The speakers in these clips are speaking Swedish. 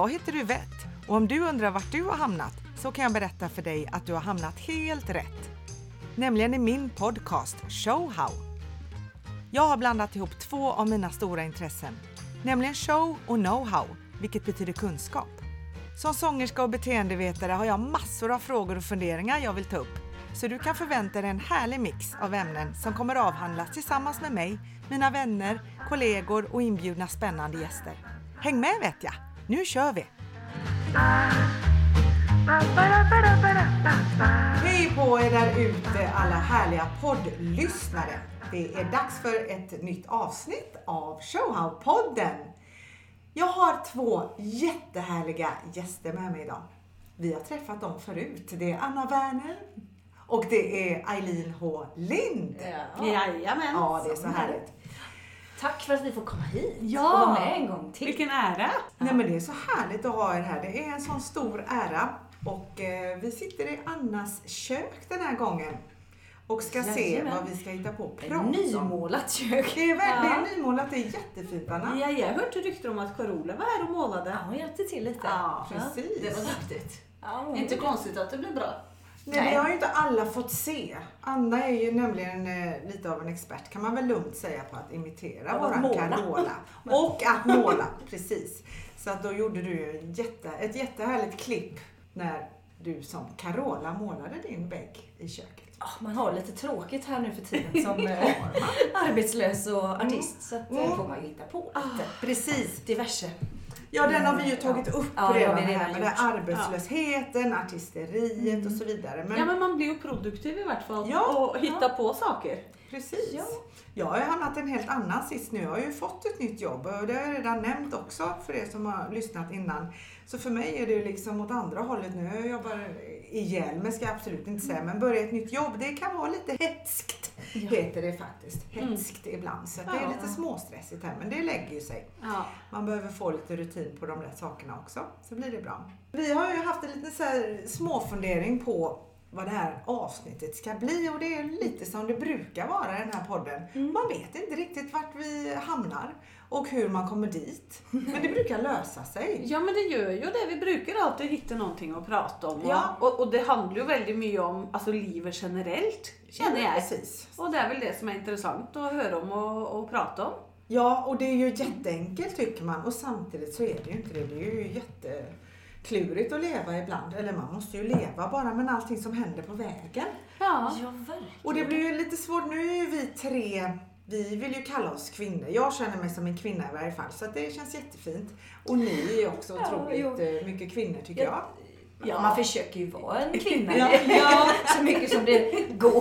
Jag heter Yvette och om du undrar vart du har hamnat så kan jag berätta för dig att du har hamnat helt rätt. Nämligen i min podcast Show How. Jag har blandat ihop 2 av mina stora intressen, nämligen show och know-how, vilket betyder kunskap. Som sångerska och beteendevetare har jag massor av frågor och funderingar jag vill ta upp. Så du kan förvänta dig en härlig mix av ämnen som kommer avhandlas tillsammans med mig, mina vänner, kollegor och inbjudna spännande gäster. Häng med vet jag, nu kör vi! Hej på er där ute alla härliga poddlyssnare. Det är dags för ett nytt avsnitt av Showhow-podden. Jag har 2 jättehärliga gäster med mig idag. Vi har träffat dem förut. Det är Anna Werner och det är Eileen H. Lind. Ja. Jajamän. Ja, det är så härligt. Tack för att vi får komma hit och Ja, vara med en gång till. Vilken ära! Nej, men det är så härligt att ha er här. Det är en sån stor ära. Och vi sitter i Annas kök den här gången. Och ska se vad vi ska hitta på och prata om. Nymålat kök. Det är verkligen nymålat. Det är jättefint, Anna. Ja, jag hörde rykten om att Carola var här och målade. Ja, hon hjälpte till lite. Ja, precis. Det var duktigt. Ja, Inte konstigt att det blir bra. Nej, det har ju inte alla fått se. Anna är ju nämligen lite av en expert, kan man väl lugnt säga, på att imitera våran Carola. Och att måla, precis. Så att då gjorde du ju ett jättehärligt klipp när du som Carola målade din vägg i köket. Man har lite tråkigt här nu för tiden som arbetslös och artist. Så att får man ju hitta på lite. Precis. Diverse. Ja, den har vi ju tagit upp redan här med gjort. arbetslösheten, artisteriet och så vidare. Ja, men man blir ju produktiv i vart fall och hittar på saker. Precis. Ja. Jag har ju hamnat en helt annan sist nu. Jag har ju fått ett nytt jobb och det har jag redan nämnt också för er som har lyssnat innan. Så för mig är det liksom åt andra hållet nu. Jag jobbar ihjäl, men ska jag absolut inte säga. Men börja ett nytt jobb, det kan vara lite hetskt, heter det faktiskt. Hetskt ibland. Så det är lite småstressigt här, men det lägger ju sig. Ja. Man behöver få lite rutin på de där sakerna också, så blir det bra. Vi har ju haft en liten så här småfundering på vad det här avsnittet ska bli, och det är lite som det brukar vara i den här podden. Man vet inte riktigt vart vi hamnar och hur man kommer dit, men det brukar lösa sig. Ja, men det gör ju det. Vi brukar alltid hitta någonting att prata om. Ja. Och det handlar ju väldigt mycket om livet generellt, känner jag. Precis. Och det är väl det som är intressant att höra om och prata om. Ja, och det är ju jätteenkelt tycker man, och samtidigt så är det ju inte det. Det är ju jätteklurigt att leva ibland. Eller man måste ju leva bara med allting som händer på vägen. Ja. Ja, verkligen. Och det blir ju lite svårt. Nu är ju vi 3, vi vill ju kalla oss kvinnor. Jag känner mig som en kvinna i varje fall. Så att det känns jättefint. Och ni är också otroligt mycket kvinnor tycker jag. Ja, man försöker ju vara en kvinna. Ja. Så mycket som det går.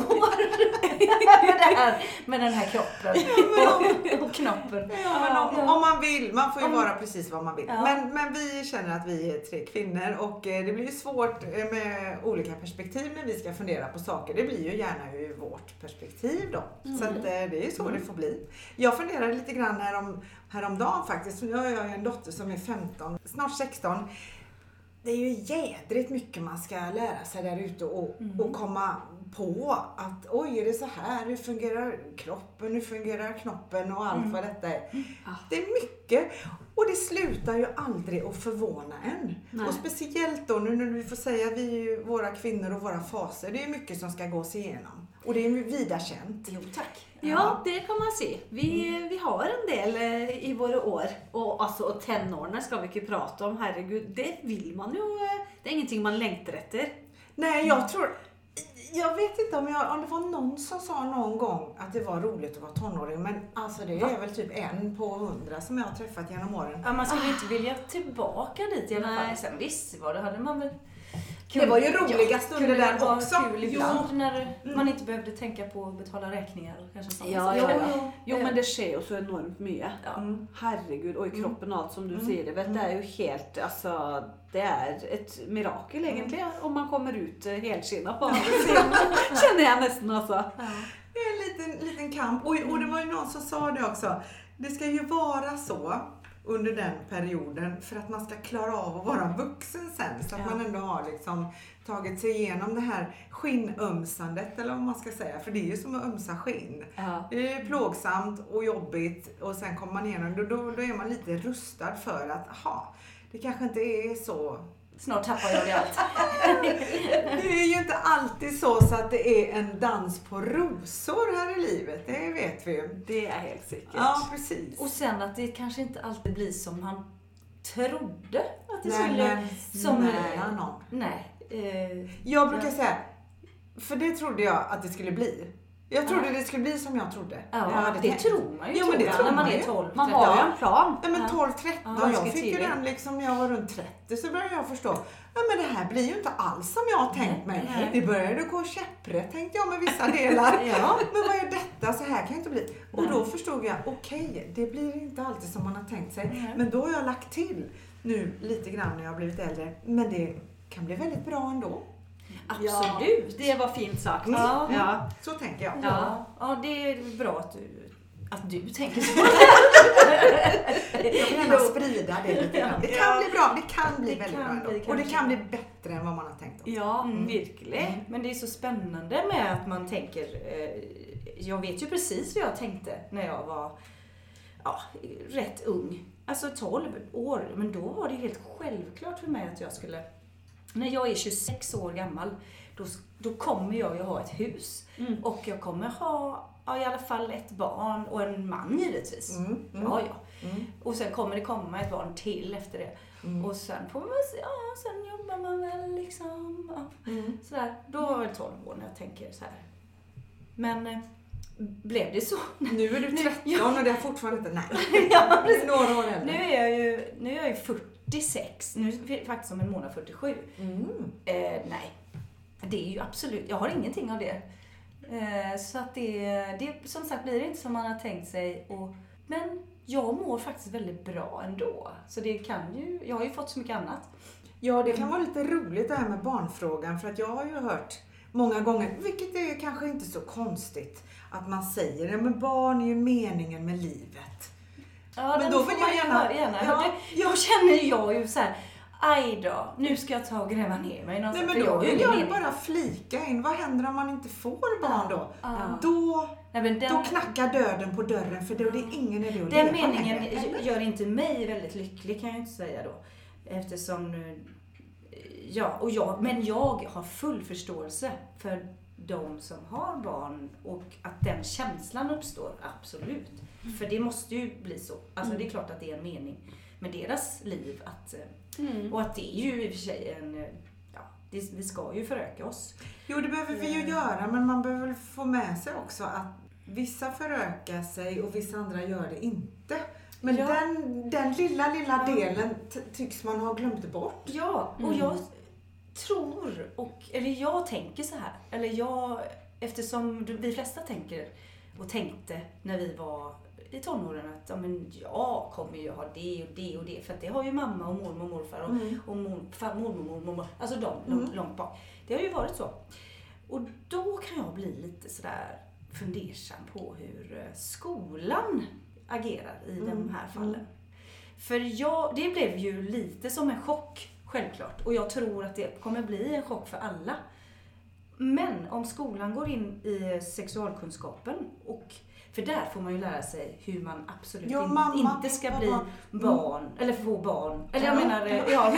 med den här kroppen. Och knoppen. Ja, men om man vill, man får ju vara precis vad man vill. Ja. Men vi känner att vi är 3 kvinnor och det blir ju svårt med olika perspektiv när vi ska fundera på saker. Det blir ju gärna ur vårt perspektiv då. Så att, det är så det får bli. Jag funderade lite grann häromdagen faktiskt. Nu har jag en dotter som är 15, snart 16. Det är ju jädrigt mycket man ska lära sig där ute och komma på att oj, är det så här? Hur fungerar kroppen? Hur fungerar knoppen? Och allt vad detta är. Det är mycket. Och det slutar ju aldrig att förvåna en. Nej. Och speciellt då nu när vi får säga att vi är ju våra kvinnor och våra faser. Det är mycket som ska gås igenom. Och det är ju vida känt. Jo, tack. Ja, det kan man se. Vi har en del i våra år. Och tenåren ska vi inte prata om. Herregud, det vill man ju. Det är ingenting man längtar efter. Nej, jag vet inte om det var någon som sa någon gång att det var roligt att vara tonåring. Men alltså det är väl typ 1 på 100 som jag har träffat genom åren. Ja, man skulle inte vilja tillbaka dit i alla fall. Nej. Sen visst var det, hade man väl... Det var ju roliga stunder där vara också. Kul ibland när man inte behövde tänka på att betala räkningar och kanske sånt. Jo, men det sker ju så enormt mycket. Ja. Herregud, och i kroppen och allt som du säger. Det är ju helt, det är ett mirakel egentligen om man kommer ut helskinnad på andra sidan. Känner jag nästan Det är en liten kamp. Och det var ju någon som sa det också. Det ska ju vara så under den perioden för att man ska klara av att vara vuxen sen. Så att man ändå har liksom tagit sig igenom det här skinnömsandet, eller vad man ska säga. För det är ju som att ömsa skinn. Ja. Det är plågsamt och jobbigt och sen kommer man igenom. Då är man lite rustad för att det kanske inte är så. Snart tappar jag det allt. Det är ju inte alltid så att det är en dans på rosor här i livet. Det vet vi ju. Det är helt säkert. Ja, precis. Och sen att det kanske inte alltid blir som man trodde att det Nej, skulle. men Som, snälla någon. nej. Jag brukar säga, för det trodde jag att det skulle bli. Jag trodde det skulle bli som jag trodde. Ja, det tror man ju. Jo, men det tror när man man är ju. 12. Man har ju en plan. Ja, men 12-13. Ja, jag fick ju tidigt. den liksom när jag var runt 30, så började jag förstå. Ja, men det här blir ju inte alls som jag har tänkt mig. Nej. Det började gå käpprätt, tänkte jag, med vissa delar. Ja. Men vad är detta? Så här kan det inte bli. Och då förstod jag, okej, det blir inte alltid som man har tänkt sig. Nej. Men då har jag lagt till nu lite grann när jag har blivit äldre. Men det kan bli väldigt bra ändå. Absolut. Det var fint sagt. Ja. Ja. Så tänker jag. Ja, det är bra att du tänker så. Jag vill gärna sprida det lite grann. Det kan bli bra, det kan bli väldigt bra ändå. bli Och det kanske. kan bli bättre än vad man har tänkt. Ja, verkligen. Men det är så spännande med att man tänker, jag vet ju precis vad jag tänkte när jag var rätt ung. Alltså 12 år, men då var det helt självklart för mig att jag skulle, när jag är 26 år gammal, då kommer jag ju ha ett hus. Och jag kommer ha i alla fall ett barn och en man givetvis. Ja. Och sen kommer det komma ett barn till efter det. Och sen får man se, sen jobbar man väl liksom. Ja. Sådär. Då var jag väl 12 år när jag tänker så här. Men blev det så? Nu är du 13 och det är fortfarande inte, nej. Ja, Det är några år äldre. nu är jag ju 46. Nu är jag faktiskt om en månad 47. Nej. Det är ju absolut, jag har ingenting av det. Så att det som sagt blir det inte som man har tänkt sig. Men jag mår faktiskt väldigt bra ändå. Så det kan ju, jag har ju fått så mycket annat. Ja, det kan vara lite roligt det här med barnfrågan. För att jag har ju hört många gånger, vilket är kanske inte så konstigt, att man säger, ja men barn är ju meningen med livet. Ja, men då vill jag gärna. Då känner jag ju så här, aj då, nu ska jag ta och gräva ner mig någonstans. Nej, men då vill jag bara flika in, vad händer om man inte får barn då? Då knackar döden på dörren, för då är det ingen idé att den leva meningen längre. gör inte mig väldigt lycklig, kan jag inte säga då. Eftersom, men jag har full förståelse för de som har barn och att den känslan uppstår, absolut. För det måste ju bli så. Alltså det är klart att det är en mening med deras liv. Och att det är ju i och för sig vi ska ju föröka oss. Jo, det behöver vi ju göra, men man behöver väl få med sig också att vissa förökar sig och vissa andra gör det inte. Men den lilla delen tycks man ha glömt bort. Ja, och jag tror, jag tänker så här, eftersom vi flesta tänker och tänkte när vi var i tonåren att jag kommer ju ha det och det och det, för att det har ju mamma och mormor och morfar och mormor, alltså de långt bak. Det har ju varit så. Och då kan jag bli lite sådär fundersam på hur skolan agerar i de här fallen. För det blev ju lite som en chock, självklart. Och jag tror att det kommer bli en chock för alla. Men om skolan går in i sexualkunskapen, för där får man ju lära sig hur man absolut inte ska bli barn, eller få barn. Eller jag menar,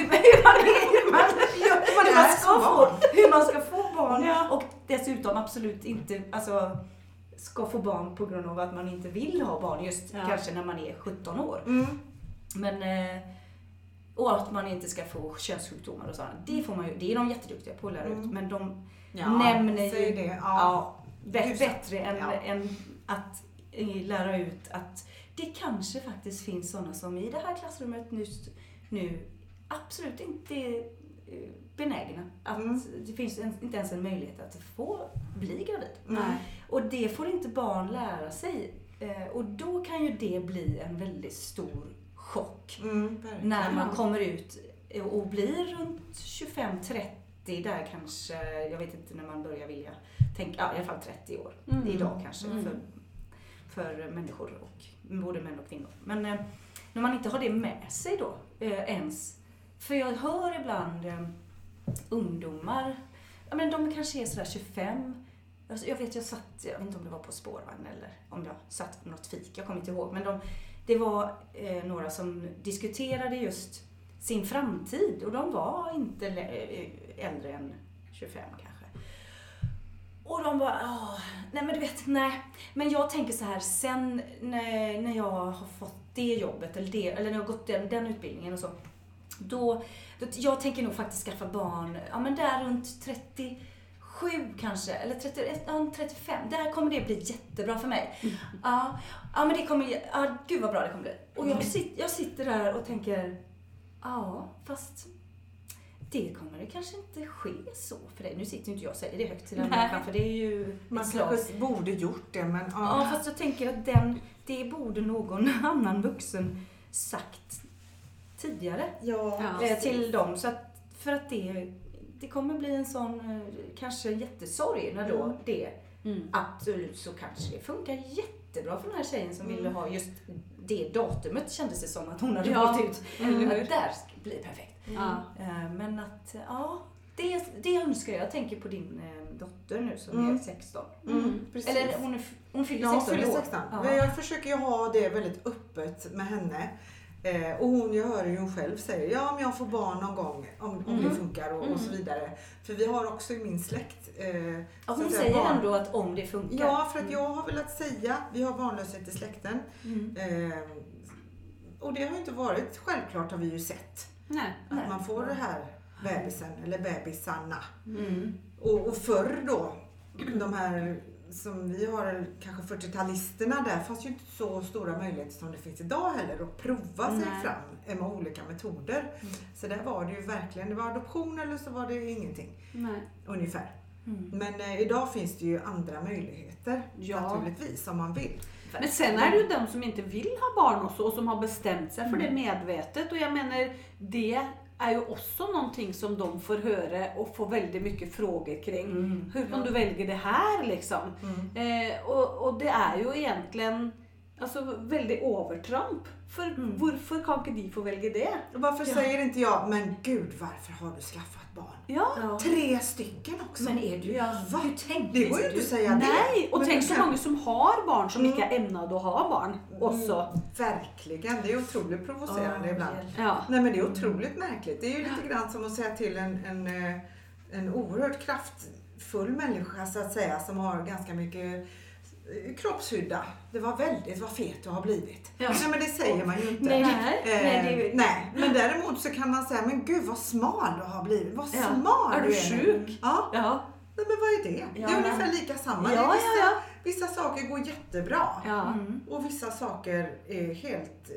hur man ska få barn. Ja. Och dessutom absolut inte ska få barn på grund av att man inte vill ha barn, just kanske när man är 17 år. Men och att man inte ska få könssjukdomar och sådant. Det får man ju, det är de jätteduktiga på att lära ut, men de nämner ju det. Bättre än att lära ut att det kanske faktiskt finns sådana som i det här klassrummet nu absolut inte är benägna. Att det finns inte ens en möjlighet att få bli gravid. Nej. Och det får inte barn lära sig. Och då kan ju det bli en väldigt stor chock. När man kommer ut och blir runt 25-30, där kanske, jag vet inte när man börjar vilja tänka, i alla fall 30 år. Idag kanske för människor, och både män och kvinnor. Men när man inte har det med sig då ens. För jag hör ibland ungdomar, men de kanske är sådär 25. Alltså, jag vet inte om det var på spårvagn eller om jag satt på något fik, jag kommer inte ihåg. Men det var några som diskuterade just sin framtid. Och de var inte äldre än 25 kanske. Och de bara, nej men du vet, nej. Men jag tänker så här, sen när jag har fått det jobbet eller när jag har gått den utbildningen och så. Då jag tänker nog faktiskt skaffa barn, ja men där runt 37 kanske, eller 35. Där kommer det bli jättebra för mig. Ja men det kommer, gud vad bra det kommer bli. Och jag sitter där och tänker, fast det kommer det kanske inte ske så för dig. Nu sitter inte jag och säger det högt till den människan, för det är ju man kanske borde gjort det, men ja, fast jag tänker att det borde någon annan vuxen sagt tidigare till dem. Så att, för att det kommer bli en sån kanske jättesorg när då absolut så kanske det funkar jättebra för den här tjejen som ville ha just det datumet, kändes det som att hon hade valt ut. Att där blir perfekt. Men att det önskar jag. Jag tänker på din dotter nu som är 16. Eller hon fyller 16 år. 16. Jag försöker ju ha det väldigt öppet med henne. Och jag hör ju hon själv säga, om jag får barn någon gång, om det funkar och så vidare. För vi har också i min släkt hon säger barn. Ändå att om det funkar. Ja, för att jag har velat säga, vi har barnlöshet i släkten. Och det har ju inte varit självklart, har vi ju sett. Att man får det här bebisen eller bebisarna. Och förr då, de här som vi har, kanske 40-talisterna, där fanns ju inte så stora möjligheter som det finns idag heller att prova sig fram med olika metoder. Så där var det ju verkligen, det var adoption eller så var det ingenting. Ungefär. Men idag finns det ju andra möjligheter naturligtvis om man vill. Men sen är det ju de som inte vill ha barn och som har bestämt sig för det medvetet. Och jag menar, det är ju också någonting som de får höra och får väldigt mycket frågor kring. Hur kan du välja det här liksom? Och det är ju egentligen väldigt övertramp. För varför kan inte de få välja det? Varför säger inte jag, men gud, varför har du skaffat barn? 3 stycken också. Men är du, hur tänkte det går ju inte att säga det. Nej, och tänk så många som har barn som inte är ämnade att ha barn också. Verkligen, det är otroligt provocerande ibland. Nej, men det är otroligt märkligt. Det är ju lite grann som att säga till en oerhört kraftfull människa så att säga, som har ganska mycket kroppshydda. Det var väldigt vad fet du har blivit. Nej, men det säger man ju inte. Nej, men däremot så kan man säga, men gud vad smal du har blivit. Vad smal du är. Är du sjuk? Ja. Nej, men vad är det? Det är ungefär lika samma. Vissa saker går jättebra. Och vissa saker är helt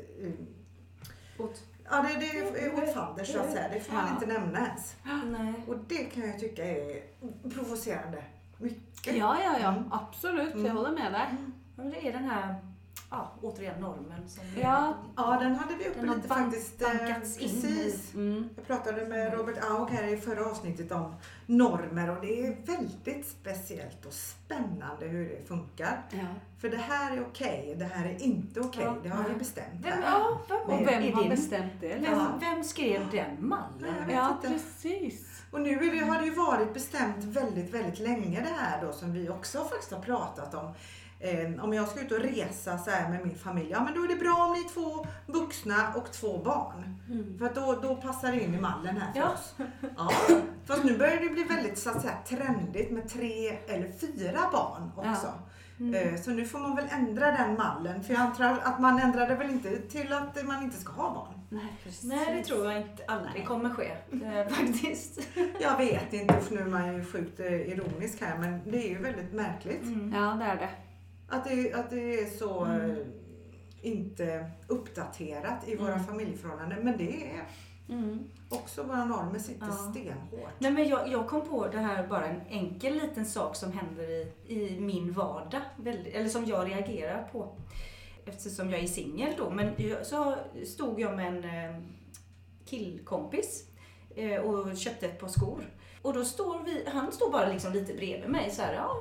det är åtfadder så att säga. Det får man inte nämna ens. Och det kan jag tycka är provocerande. Mycket. Ja, absolut. Jag håller med dig. Men det är den här, återigen normen som den hade vi uppe lite faktiskt. Precis. Jag pratade med Robert Aug här i förra avsnittet om normer, och det är väldigt speciellt och spännande hur det funkar. För det här är okej, det här är inte okej. Det har vi bestämt här. Vem har bestämt det? Vem skrev den mallen? Ja, precis. Och nu har det ju varit bestämt väldigt, väldigt länge det här då, som vi också faktiskt har pratat om. Om jag ska ut och resa så här med min familj, men då är det bra om ni är 2 vuxna och 2 barn. För att då passar det in i mallen här för oss. Fast nu börjar det bli väldigt så att säga trendigt med 3 eller 4 barn också. Så nu får man väl ändra den mallen. För jag antar att man ändrade väl inte till att man inte ska ha barn. Nej, det tror jag inte aldrig kommer ske. Faktiskt. Jag vet inte, för nu är man ju sjukt ironisk här. Men det är ju väldigt märkligt. Ja, det är det. Att det är så inte uppdaterat i våra familjeförhållanden. Men det är också våra normer sitter stenhårt. Nej, men jag kom på det här, bara en enkel liten sak som händer i min vardag. Eller som jag reagerar på. Eftersom jag är singel då. Men så stod jag med en killkompis och köpte ett par skor. Och då han står bara liksom lite bredvid mig så här,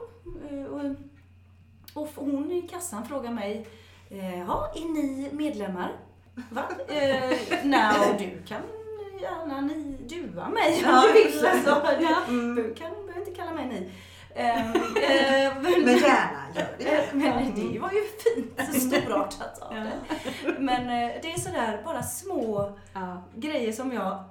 och hon i kassan frågar mig, är ni medlemmar? Va? Du kan gärna dua mig om du vill. Du behöver inte kalla mig ni. Men gärna, gör det. Men det var ju fint, storartat av det. Men det är sådär bara små grejer som jag...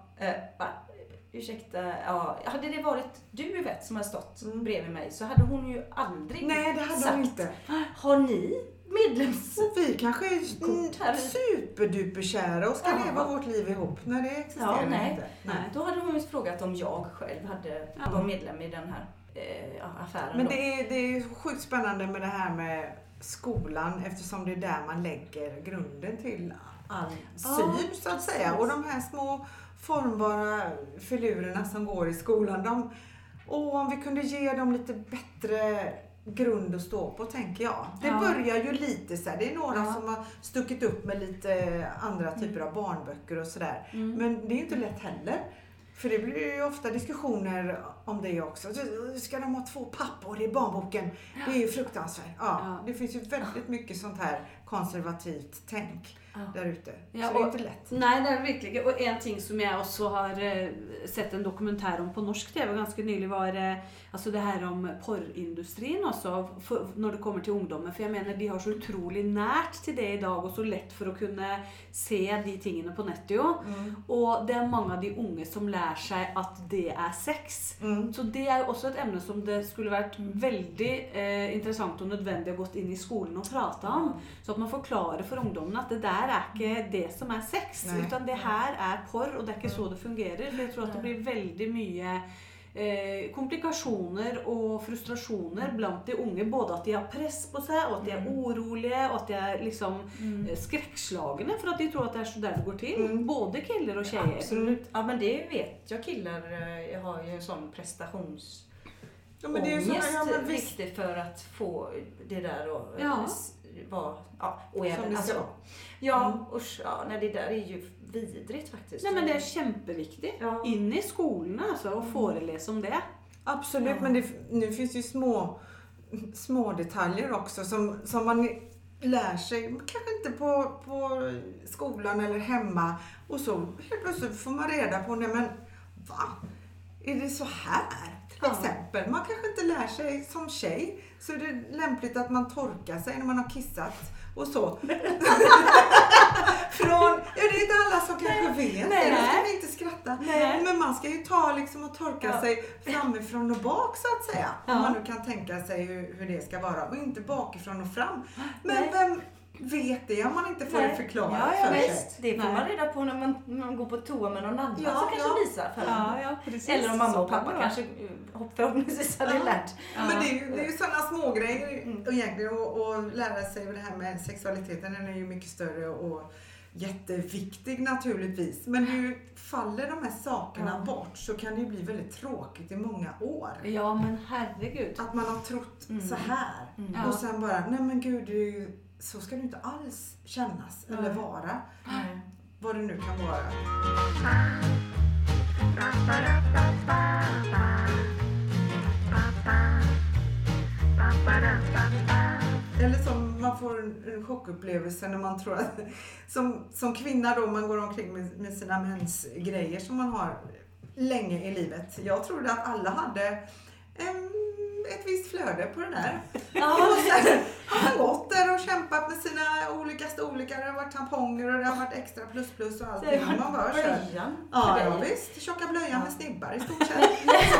Ursäkta, hade det varit du vet som har stått bredvid mig så hade hon ju aldrig Nej, det hade sagt, hon inte. Har ni medlems... Och vi kanske är superduperkära och ska leva vårt liv ihop när det existerar inte. Nej. Då hade hon ju frågat om jag själv var medlem i den här affären. Men det är sjukt spännande med det här med skolan eftersom det är där man lägger grunden till all syn så att säga. Och de här små formbara filurerna som går i skolan, om vi kunde ge dem lite bättre grund att stå på, tänker jag. Det börjar ju lite så här. Det är några som har stuckit upp med lite andra typer av barnböcker och sådär. Men det är ju inte lätt heller. För det blir ju ofta diskussioner om det också. Ska de ha 2 pappor i barnboken? Det är ju fruktansvärt. Det finns ju väldigt mycket sånt här konservativt tänk där ute. Så det är inte lätt. Nej, det är verkligen. Och en ting som jag också har sett en dokumentär om på norsk TV ganska nyligen var alltså det här om porrindustrin också när det kommer till ungdomar. För jag menar, de har så otroligt närt till det idag och så lätt för att kunna se de tingene på nettet. Och det är många av de unga som lär sig att det är sex. Så det är också ett ämne som det skulle varit väldigt intressant och nödvändigt att gå in i skolan och prata om. Så att man förklarar för ungdomarna att det där är inte det som är sex. Nej. Utan det här är porr och det är inte så det fungerar. För jag tror att det blir väldigt mycket komplikationer och frustrationer bland de unga, både att de har press på sig och att de är oroliga och att de är liksom skräckslagna för att de tror att det är så där det går till, både killar och tjejer. Absolut. Ja, men det vet jag, killar jag har ju en sån prestations men det är ju viktigt för att få det där och och även det där är ju vidrigt faktiskt. Nej, men det är kämpeviktigt. In i skolorna alltså, och föreläsa om det. Absolut, men nu finns ju små detaljer också som man lär sig, kanske inte på skolan eller hemma. Och så helt plötsligt får man reda på, nej men är det så här? Till exempel, man kanske inte lär sig som tjej, så är det lämpligt att man torkar sig när man har kissat och så. Det är inte alla som kanske vet. Nej. Då ska vi inte skratta. Nej. Men man ska ju ta liksom och torka sig framifrån och bak så att säga. Om man nu kan tänka sig hur det ska vara. Och inte bakifrån och fram. Men vem vet det om man inte får det förklarat för sig? Det får man reda på när man går på toa med någon annan som kanske visar för precis. Eller om mamma och pappa kanske förhoppningsvis hade lärt. Men det är ju sådana små grejer egentligen att lära sig det här med sexualiteten. Den är ju mycket större och jätteviktig naturligtvis. Men hur faller de här sakerna bort så kan det ju bli väldigt tråkigt i många år. Ja, men herregud. Att man har trott så här. Och sen bara, nej men gud, det är ju, så ska det inte alls kännas eller vara. Vad det nu kan vara. Eller som man får en chockupplevelse när man tror att som kvinna då, man går omkring med sina mensgrejer som man har länge i livet. Jag trodde att alla hade ett visst flöde på det där. Och sen har man gått där och kämpat med sina olika storlekar. Det har varit tamponger och det har varit extra plus och allt. Det har varit blöjan. Ja, visst. Tjocka blöjan med snibbar i stort sett.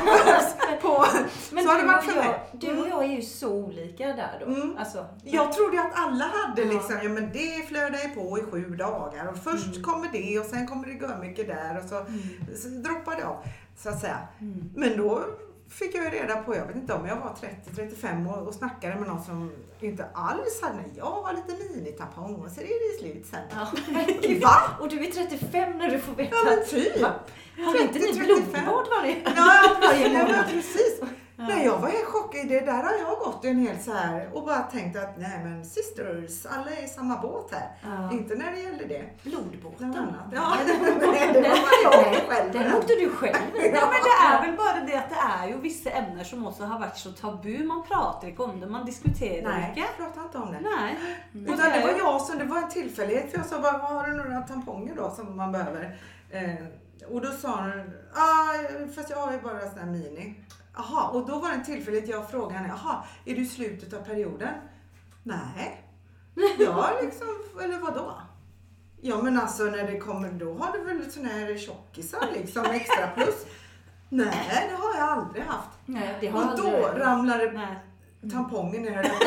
Men så har det varit för mig. Du och jag är ju så olika där då. Alltså. Jag trodde att alla hade liksom, men det flödar ju på i 7 dagar. Och först kommer det och sen kommer det gå mycket där. Och så droppar det av, så att säga. Men då fick jag ju reda på, jag vet inte om jag var 30-35 och snackade med någon som inte alls hade, jag har lite minitampong och så är det slut sen. Va? Och du är 35 när du får veta. Ja, men typ. Har inte ni blodbad varje? Ja, precis. Nej, jag var helt chockad. Det där har jag gått en hel så här och bara tänkt att nej men sisters, alla är i samma båt här. Inte när det gäller det. Blodbåten. Ja, det var jag själv. Den åkte du själv. Ja, men det är väl bara det att det är ju vissa ämnen som också har varit så tabu. Man pratar inte om det, man diskuterar inte. Nej, jag pratar inte om det. Nej. Utan det var jag som, det var en tillfällighet. För jag sa bara, vad har du några tamponger då som man behöver? Och då sa hon, fast jag har ju bara sån här mini. Jaha, och då var det en tillfällighet jag frågade henne, är du i slutet av perioden? Nej. Ja, liksom, eller vadå? Ja, men alltså när det kommer, då har du väl såna här tjockisar liksom, extra plus. Nej, det har jag aldrig haft. Nej, det har och aldrig. då ramlar det tampongen ner. Eller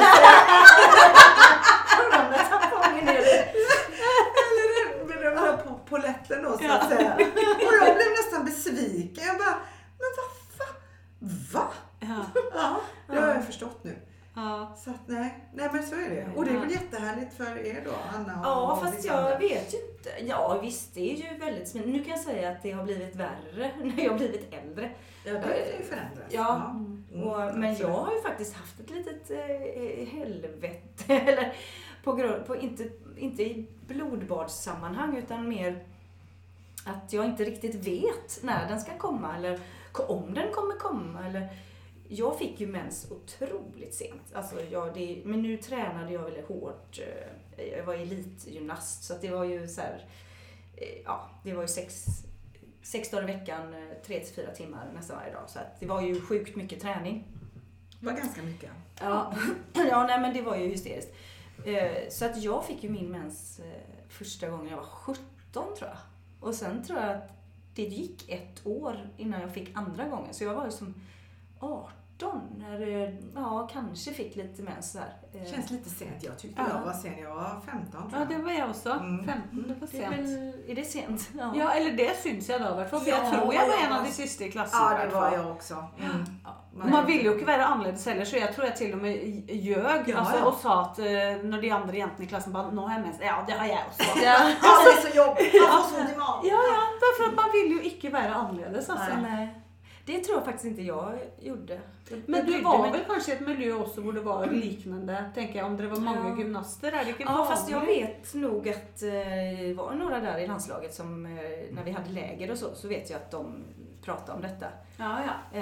på poletten då, så att säga. Och jag blev nästan besviken. Jag bara, men va? Ja, det har jag förstått nu. Ja. Så att nej men så är det. Och det är väl jättehärligt för er då, Anna och Ja, fast Alexandra. jag vet ju inte. Ja, visst, det är ju väldigt smidigt. Nu kan jag säga att det har blivit värre när jag har blivit äldre. Ja, det har ju förändrats. Ja. Men jag har ju faktiskt haft ett litet helvete. Eller på inte i blodbadssammanhang, utan mer att jag inte riktigt vet när den ska komma. Eller om den kommer komma. Eller jag fick ju mens otroligt sent. Alltså men nu tränade jag väldigt hårt. Jag var elitgymnast, så att det var ju så här, det var ju 6 dagar i veckan, 3-4 timmar nästan varje dag. Så att det var ju sjukt mycket träning. Det var ganska mycket. Ja, nej, men det var ju hysteriskt. Så att jag fick ju min mens första gången jag var 17, tror jag. Och sen tror jag att det gick 1 år innan jag fick andra gången. Så jag var ju som 18 när jag kanske fick lite mens där. Känns lite sent. Jag tyckte jag var sen. Jag var 15, tror jag. Ja, det var jag också. 15, det var sent. Är det sent? Ja, eller det syns jag då. För Ja, jag tror jag var ja. en av de sista i klassen. Ja, det var jag också. Man vill ju inte vara annorlunda heller, så jag tror jag till och med ljög och sa att när de andra jäntorna i klassen bara, nu har jag mens. Ja, det har jag också. Det är så jobbigt. Ja, därför att man vill ju inte vara annorlunda. Alltså. Nej. Det tror jag faktiskt inte jag gjorde. Men du var väl kanske ett miljö också där det var liknande, tänker jag, om det var många gymnaster där. Ja, fast jag vet nog att det var några där i landslaget som, när vi hade läger och så vet jag att de pratade om detta. Ja.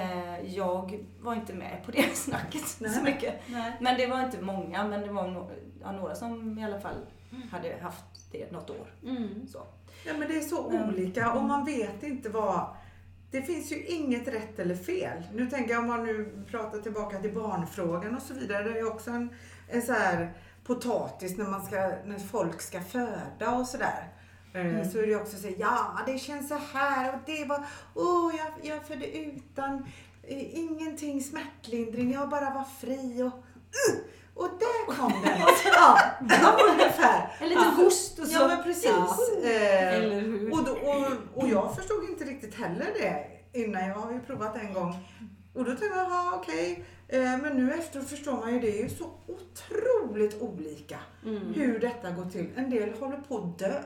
Jag var inte med på det snacket så mycket. Nej. Men det var inte många, men det var några som i alla fall hade haft det något år. Så. Ja, men det är så olika och man vet inte vad. Det finns ju inget rätt eller fel. Nu tänker jag, om man nu pratar tillbaka till barnfrågan och så vidare. Det är också en så här potatis när folk ska föda och sådär. Så är det också så, det känns så här och det var, jag födde utan ingenting smärtlindring. Jag bara var fri och där kom den. Ungefär. En liten host och så. Ja, men precis. Eller hur? Och jag förstod inte riktigt heller det innan. Jag har ju provat en gång. Och då tänkte jag, okej. Men nu efter förstår man ju, det är ju så otroligt olika hur detta går till. En del håller på att dö.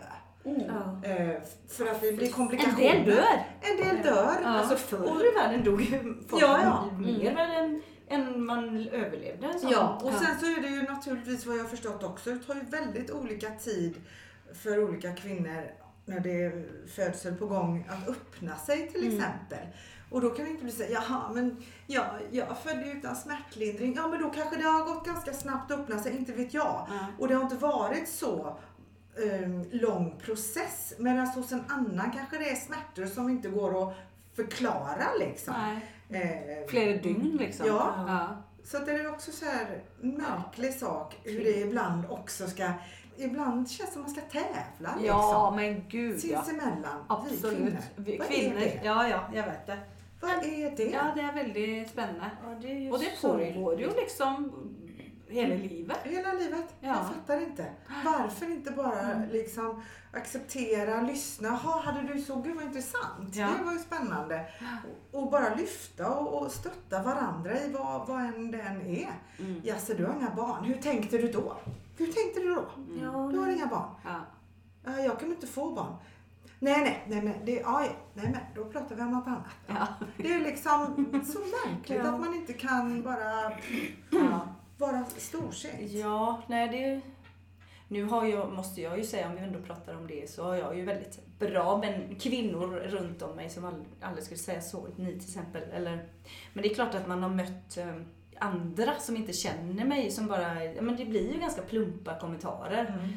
För att det blir komplikationer. En del dör. Alltså förr i världen dog ju folk mer väl än man överlevde. Och sen så är det ju naturligtvis, vad jag har förstått också, det tar ju väldigt olika tid för olika kvinnor när det är födsel på gång att öppna sig till exempel. Och då kan det inte bli så, men jag födde utan smärtlindring. Ja, men då kanske det har gått ganska snabbt att öppna sig, inte vet jag. Och det har inte varit så lång process. Medan hos en annan kanske det är smärtor som inte går att förklara liksom. Flera dygn liksom. Ja. Så det är också så här märklig sak hur det ibland också ska. Ibland känns det som man ska tävla liksom. Ja, men gud sinsemellan. Absolut. Vi kvinnor. Ja, jag vet det. Vad är det? Ja, det är väldigt spännande. Ja, det är ju och det pågår ju liksom hela livet. Hela livet. Ja. Jag fattar inte. Varför inte bara liksom acceptera, lyssna. Hade du så, gud vad intressant. Ja. Det var ju spännande. Och bara lyfta och stötta varandra i vad än den är. Jasse, du har inga barn. Hur tänkte du då? Du har inga barn. Ja. Jag kan inte få barn. Nej, men men då pratar vi om något annat. Ja. Det är liksom så märkligt att man inte kan bara vara storsint. Ja, nej det. Nu måste jag ju säga, om vi ändå pratar om det, så har jag ju väldigt bra kvinnor runt om mig som aldrig skulle säga så, ni till exempel. Men det är klart att man har mött andra som inte känner mig, som bara, men det blir ju ganska plumpa kommentarer.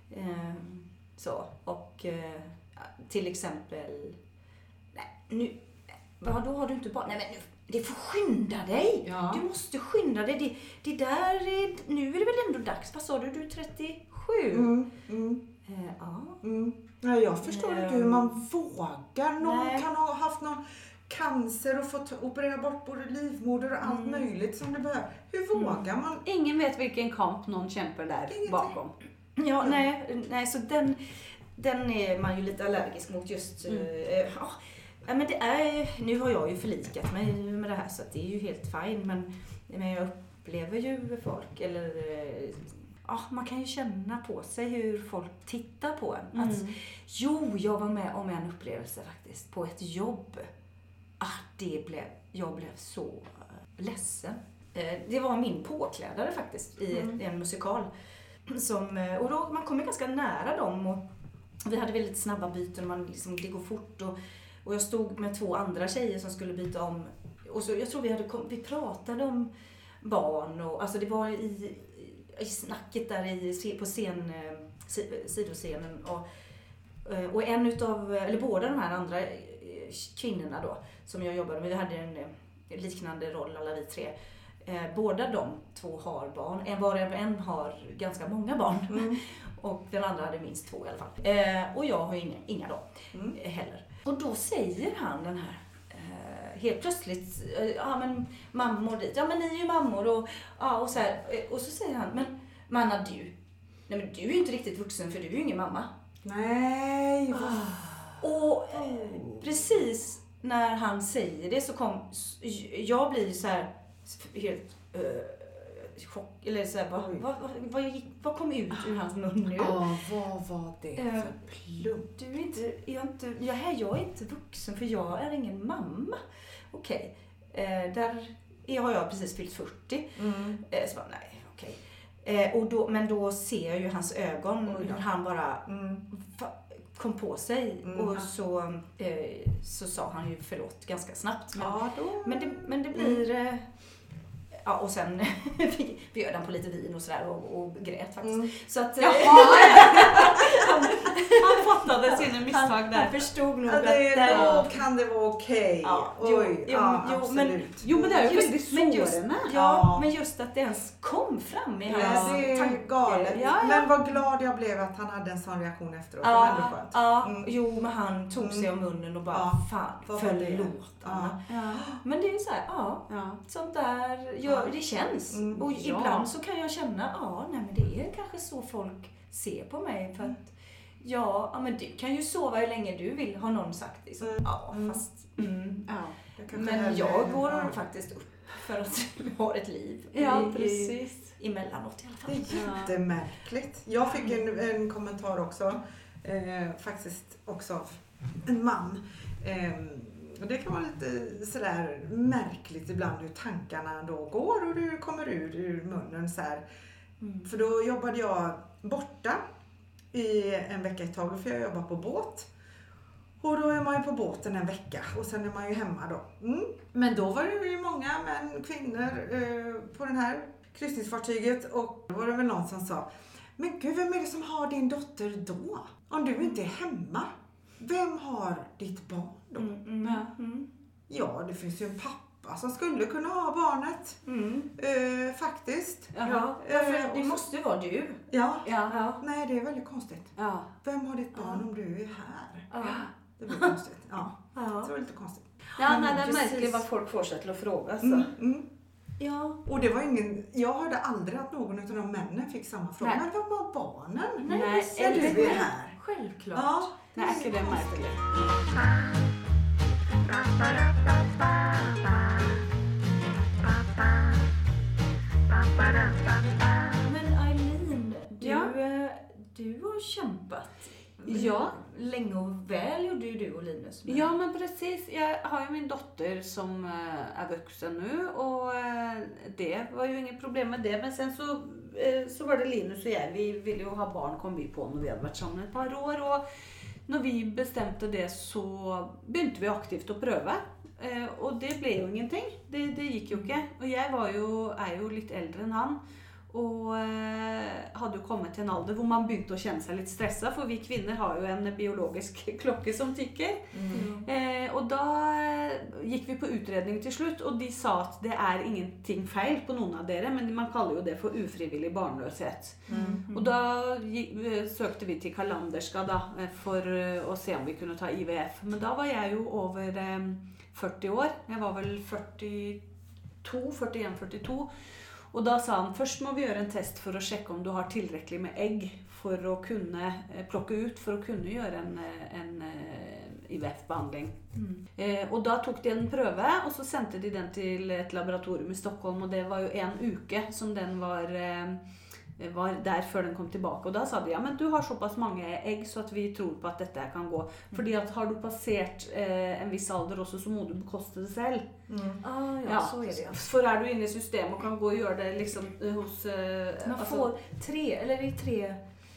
Så, och till exempel, då har du inte barn. Nej, men det får skynda dig. Ja. Du måste skynda dig. Det där är, nu är det väl ändå dags. Vad sa du? Du är 37. Ja, jag förstår inte hur man vågar. Någon Nej. kan ha haft någon cancer och fått operera bort både livmoder och allt möjligt som det behöver. Hur vågar man? Ingen vet vilken kamp någon kämpar där bakom. Ja, nej, så den är man ju lite allergisk mot just. Men det är, nu har jag ju förlikat mig med det här så att det är ju helt fint. Men jag upplever ju folk, eller man kan ju känna på sig hur folk tittar på en. Att, jag var med om en upplevelse faktiskt på ett jobb. Jag blev så ledsen. Det var min påklädare faktiskt i en musikal. Och då, man kommer ganska nära dem och vi hade väldigt snabba byten, det går fort och jag stod med 2 andra tjejer som skulle byta om och så jag tror vi pratade om barn och alltså det var i snacket där på sidoscenen och en utav, eller båda de här andra kvinnorna då som jag jobbade med, vi hade en liknande roll alla vi 3. Båda de 2 har barn. Var och en har ganska många barn. Och den andra hade minst 2 i alla fall. Och jag har inga då heller. Och då säger han den här helt plötsligt, men mammor dit. Ja men ni är ju mammor och så här. Och så säger han, men Manna du är ju inte riktigt vuxen för du är ju ingen mamma. Nej. Och precis när han säger det så jag blir så här helt chock, eller så här, vad kom ut ur hans mun nu? Vad var det för plump? Jag är inte vuxen för jag är ingen mamma. Okej. Där har jag precis fyllt 40. Så bara, nej, okej. Men då ser jag ju hans ögon hur han bara kom på sig och så sa han ju förlåt ganska snabbt. Men det blir och sen bjöd han på lite vin och sådär och grät faktiskt. Så att Han fattade sina misstag där. Han förstod nog att då kan det vara okej. Absolut. Men det är ju väldigt sårande. Men just att det ens kom fram i hans det är galet. Men vad glad jag blev att han hade en sån reaktion efteråt. Men han tog sig om munnen och bara förlåt Anna. Men det är så här, sånt där det känns. Och ibland så kan jag känna, men det är kanske så folk ser på mig för att men du kan ju sova hur länge du vill, har någon sagt liksom. Men jag går faktiskt upp för att vi har ett liv. Precis. Emellanåt i alla fall. Det är jättemärkligt. Jag fick en kommentar också. Faktiskt också en man. Och det kan vara lite sådär märkligt ibland hur tankarna då går och det kommer ur munnen så här. För då jobbade jag borta i en vecka ett tag för jag jobbar på båt. Och då är man ju på båten en vecka och sen är man ju hemma då. Men då var det ju många män, kvinnor på den här kryssningsfartyget och då var det väl någon som sa, men gud, vem är det som har din dotter då? Om du inte är hemma, vem har ditt barn då? Ja, det finns ju en pappa som skulle kunna ha barnet. Faktiskt. Det måste vara du. Ja. Nej, det är väldigt konstigt. Ja. Vem har ditt barn om du är här? Det blir konstigt. Det var lite konstigt. Det märker vad folk får sig till att fråga. Så. Ja. Och det var jag hörde aldrig att någon av de männen fick samma fråga. Men vad var barnen? Nej, är du här? Självklart. Ja, nej, är det märkligt. Men Eileen, du har kämpat. Länge och väl gjorde ju du och Linus. Ja, men precis. Jag har ju min dotter som är vuxen nu och det var ju inget problem med det. Men sen så var det Linus och jag. Vi ville ju ha barn, kom vi på när vi hade varit samman ett par år. Och när vi bestämde det så började vi aktivt att pröva. Och det blev ju ingenting. Det gick ju inte. Och jag är ju lite äldre än han. Och hade ju kommit till en ålder hvor man började känna sig lite stressad, för vi kvinnor har ju en biologisk klocka som tickar. Och då gick vi på utredning till slut, och de sa att det är ingenting fel på någon av dere, men man kallar ju det för ofrivillig barnlöshet. Och då sökte vi till Kalanderska då, för att se om vi kunde ta IVF. Men då var jag ju över 40 år. Jag var väl 41-42. Och då sa han, först må vi göra en test för att checka om du har tillräckligt med ägg för att kunna plocka ut, för att kunna göra en IVF-behandling. Och då tog de en pröve, och så sände de den till ett laboratorium i Stockholm, och det var ju en uke som den var där för den kom tillbaka. Och då sa de, ja men du har så pass många ägg så att vi tror på att detta kan gå. För att har du passerat en viss ålder också, så må du bekosta det själv. Så är det. För är du inne i system och kan gå och göra det liksom hos... Man får 3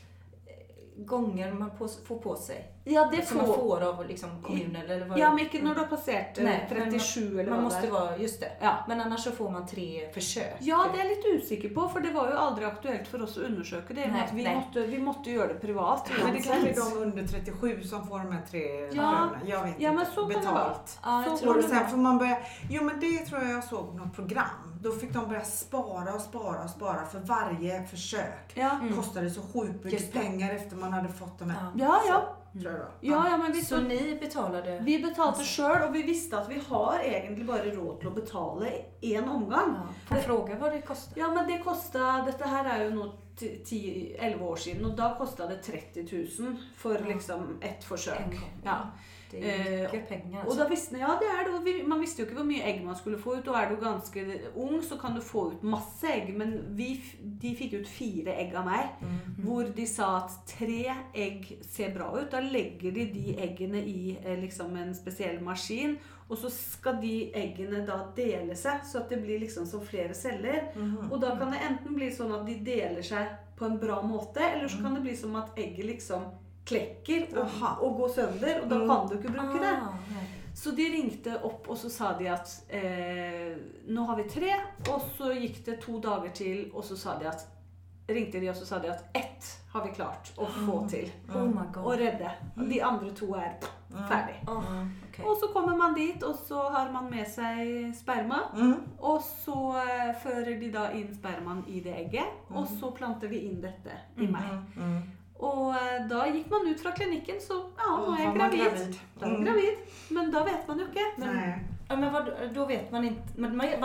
gånger man får på sig. Ja, det som man får av liksom kommunen eller vad. Ja, men inte när du har passerat 37 eller man vad måste där. vara, just det. Ja. Men annars så får man 3 försök. Ja, det är lite osäker på, för det var ju aldrig aktuellt för oss att undersöka det. Vi måste göra det privat. Men det kanske är de under 37 som får de här 3 prövorna. Jag vet inte. Men så betalt. Ja, och sen får man börja... Jo, men det tror jag såg på något program. Då fick de börja spara för varje försök. Ja. Kostade så sjukt mycket pengar efter man hade fått dem här. Ja, men så ni betalade? Vi betalade själv, och vi visste att vi har egentligen bara råd till att betala en omgång. Får fråga vad det kostar? Ja, men det kostade, detta här är ju nog 10-11 år sedan, och då kostade det 30 000 för liksom ett försök. Ja. Det är mycket pengar. Alltså. Och då visste jag, det är då, man visste ju inte hur mycket ägg man skulle få ut, och är du ganska ung så kan du få ut massa ägg, men de fick ut 4 ägg av mig, hvor de sa att 3 ägg ser bra ut, då lägger de äggen i liksom en speciell maskin, och så ska de äggen då dela sig så att det blir liksom som flera celler, och då kan det enten bli så att de delar sig på en bra måte, eller så kan det bli som att ägget liksom kläcker och går sönder, och då kan du inte bruka det. Så de ringte upp och så sa de att nu har vi 3, och så gick det 2 dagar till, och så sa de att så sa de att 1 har vi klart att få till och rädda. De andra 2 är färdig. Okay. Och så kommer man dit, och så har man med sig sperma, och så för de då in sperman i det ägget, och så plantar vi in detta i mig. Och då gick man ut från kliniken, så nu är jag gravid. Gravid. Men då vet man ju inte. Ja, men då vet man inte. Man vet,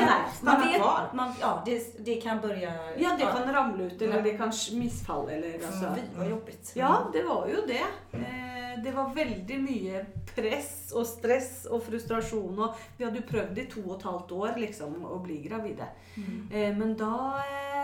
det kan börja. Ja, det kan ramla ut, eller det kan missfalla, eller alltså. Vad jobbigt. Ja, det var ju det. Det var väldigt mycket press och stress och frustration, och vi hade ju prövat i 2,5 år liksom att bli gravida. Men då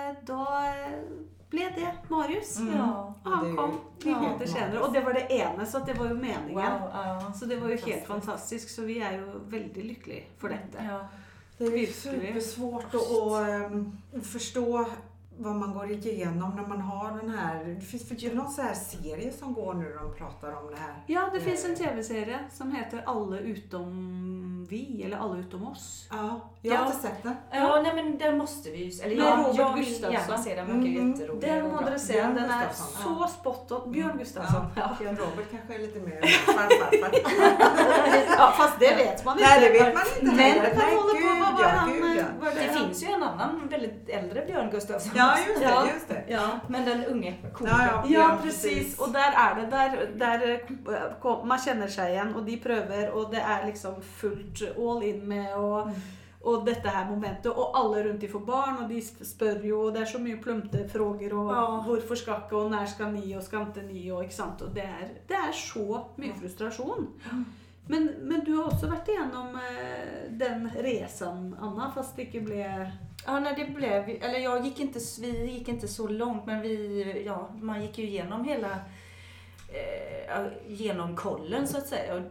blev det Marius. Han kom 9 månader senare, och det var det ena, så att det var ju meningen. Så det var ju helt fantastiskt, så vi är ju väldigt lyckliga för detta. Det är supersvårt att förstå vad man går igenom när man har den här... Det finns ju någon så här serie som går nu, de pratar om det här. Ja, det finns en tv-serie som heter Alla utom vi, eller Alla utom oss. Ja, jag har inte sett den. Ja, nej, men den måste vi ju... Eller jag vill gärna se den, verkar jätterolig. Den måste se, den är så spot on. Björn Gustafsson. Björn Robert kanske är lite mer farfar. Ja, fast det vet man inte. Nej, det vet man inte. Men det kan hålla på det finns ju en annan väldigt äldre Björn Gustafsson. Ja, just det. Ja. Men den unge Ja, precis. Och där är det där man känner sig igen, och de prövar, och det är liksom fullt all in med och detta här momentet, och alla runt i får barn, och de spör ju, och det är så mycket plumpte frågor, och varför ska och när ska ni, och ska inte ni, och exakt, och det är så mycket frustration. Men du har också varit igenom den resan, Anna, fast det inte blev... Ja, nej, det blev, eller vi gick inte så långt, men man gick ju igenom hela genom kollen så att säga,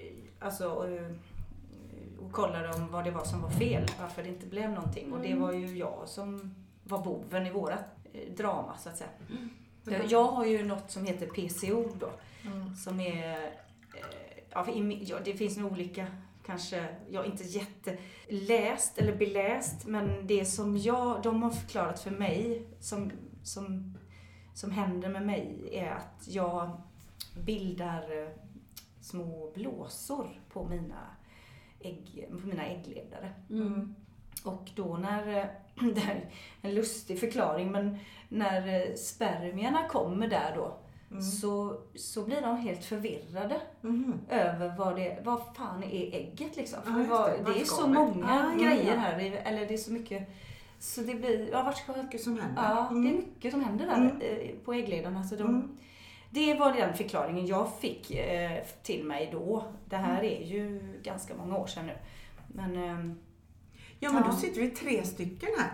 och kollade om vad det var som var fel, varför det inte blev någonting, och det var ju jag som var boven i vårat drama så att säga. Jag har ju något som heter PCO då, som är det finns nog olika kanske, jag inte jätteläst eller beläst, men det som de har förklarat för mig som händer med mig är att jag bildar små blåsor på mina äggledare. Och då det här är en lustig förklaring, men när spermierna kommer där då, så blir de helt förvirrade över vad fan är ägget liksom. För det är så många grejer här, eller det är så mycket, så det blir, mycket som händer. Ja, det är mycket som händer där på äggledarna. Så det var den förklaringen jag fick till mig då. Det här är ju ganska många år sedan nu. Men då sitter vi 3 stycken här.